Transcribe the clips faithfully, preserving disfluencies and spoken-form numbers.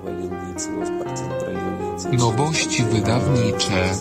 Nowości wydawnicze.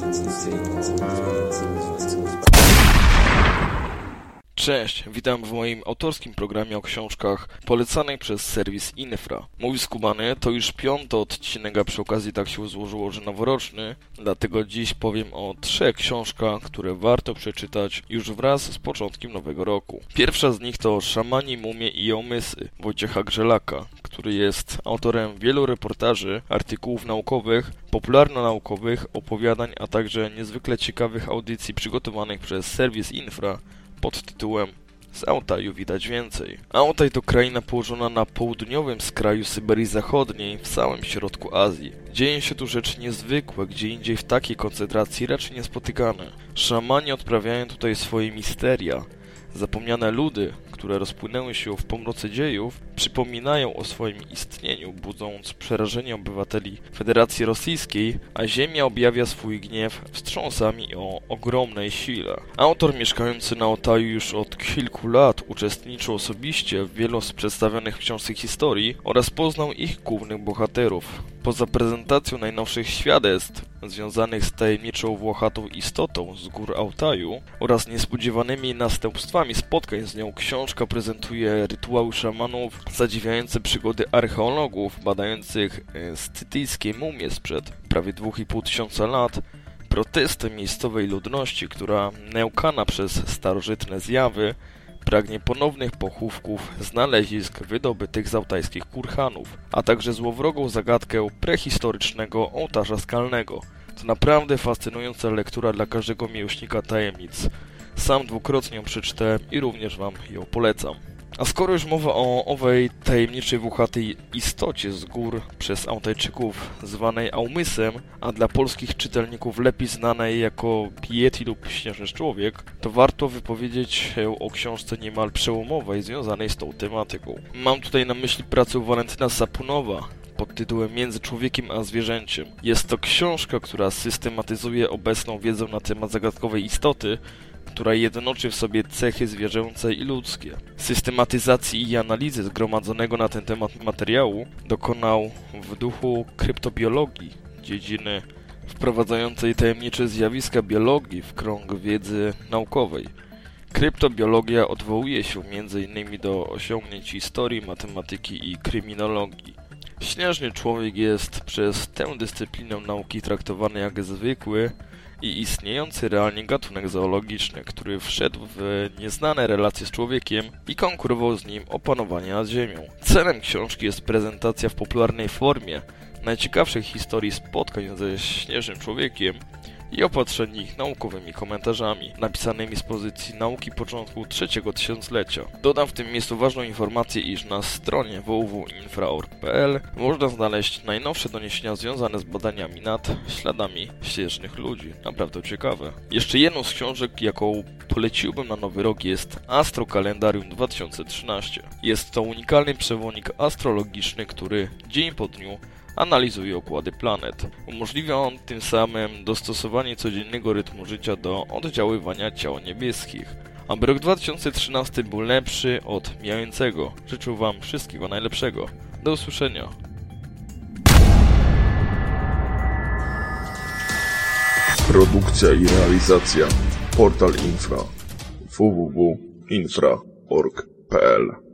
Cześć, witam w moim autorskim programie o książkach polecanej przez serwis Infra. Mówi Skubany, to już piąty odcinek, a przy okazji tak się złożyło, że noworoczny, dlatego dziś powiem o trzech książkach, które warto przeczytać już wraz z początkiem nowego roku. Pierwsza z nich to Szamani, mumie i omysły Wojciecha Grzelaka, który jest autorem wielu reportaży, artykułów naukowych, popularno-naukowych, opowiadań, a także niezwykle ciekawych audycji przygotowanych przez serwis Infra pod tytułem Z Altaju widać więcej. Altaj to kraina położona na południowym skraju Syberii Zachodniej, w samym środku Azji. Dzieje się tu rzeczy niezwykłe, gdzie indziej w takiej koncentracji raczej niespotykane. Szamani odprawiają tutaj swoje misteria. Zapomniane ludy, które rozpłynęły się w pomroce dziejów, przypominają o swoim istnieniu, budząc przerażenie obywateli Federacji Rosyjskiej, a ziemia objawia swój gniew wstrząsami o ogromnej sile. Autor mieszkający na Altaju już od kilku lat uczestniczył osobiście w wielu z przedstawionych w książce historii oraz poznał ich głównych bohaterów. Poza prezentacją najnowszych świadectw związanych z tajemniczą włochatą istotą z gór Altaju oraz niespodziewanymi następstwami spotkań z nią, książka prezentuje rytuały szamanów, zadziwiające przygody archeologów badających scytyjskie mumie sprzed prawie dwóch i pół tysiąca lat, protesty miejscowej ludności, która nękana przez starożytne zjawy pragnie ponownych pochówków znalezisk wydobytych z altajskich kurhanów, a także złowrogą zagadkę prehistorycznego ołtarza skalnego. To naprawdę fascynująca lektura dla każdego miłośnika tajemnic. Sam dwukrotnie ją przeczytałem i również Wam ją polecam. A skoro już mowa o owej tajemniczej, włochatej istocie z gór przez Altajczyków zwanej Aumysem, a dla polskich czytelników lepiej znanej jako Yeti lub Śnieżny Człowiek, to warto wypowiedzieć się o książce niemal przełomowej związanej z tą tematyką. Mam tutaj na myśli pracę Walentyna Sapunowa pod tytułem Między człowiekiem a zwierzęciem. Jest to książka, która systematyzuje obecną wiedzę na temat zagadkowej istoty, która jednoczy w sobie cechy zwierzęce i ludzkie. Systematyzacji i analizy zgromadzonego na ten temat materiału dokonał w duchu kryptobiologii, dziedziny wprowadzającej tajemnicze zjawiska biologii w krąg wiedzy naukowej. Kryptobiologia odwołuje się między innymi do osiągnięć historii, matematyki i kryminologii. Śnieżny Człowiek jest przez tę dyscyplinę nauki traktowany jak zwykły i istniejący realnie gatunek zoologiczny, który wszedł w nieznane relacje z człowiekiem i konkurował z nim o panowanie nad ziemią. Celem książki jest prezentacja w popularnej formie najciekawszych historii spotkań ze Śnieżnym Człowiekiem i opatrzenie ich naukowymi komentarzami, napisanymi z pozycji nauki początku trzeciego tysiąclecia. Dodam w tym miejscu ważną informację, iż na stronie w w w kropka infra kropka org kropka p l można znaleźć najnowsze doniesienia związane z badaniami nad śladami śnieżnych ludzi. Naprawdę ciekawe. Jeszcze jedną z książek, jaką poleciłbym na nowy rok, jest Astrokalendarium dwa tysiące trzynaście. Jest to unikalny przewodnik astrologiczny, który dzień po dniu analizuje układy planet. Umożliwia on tym samym dostosowanie codziennego rytmu życia do oddziaływania ciał niebieskich. Aby rok dwa tysiące trzynasty był lepszy od mijającego. Życzę Wam wszystkiego najlepszego. Do usłyszenia. Produkcja i realizacja Portal Infra w w w kropka infra kropka org kropka p l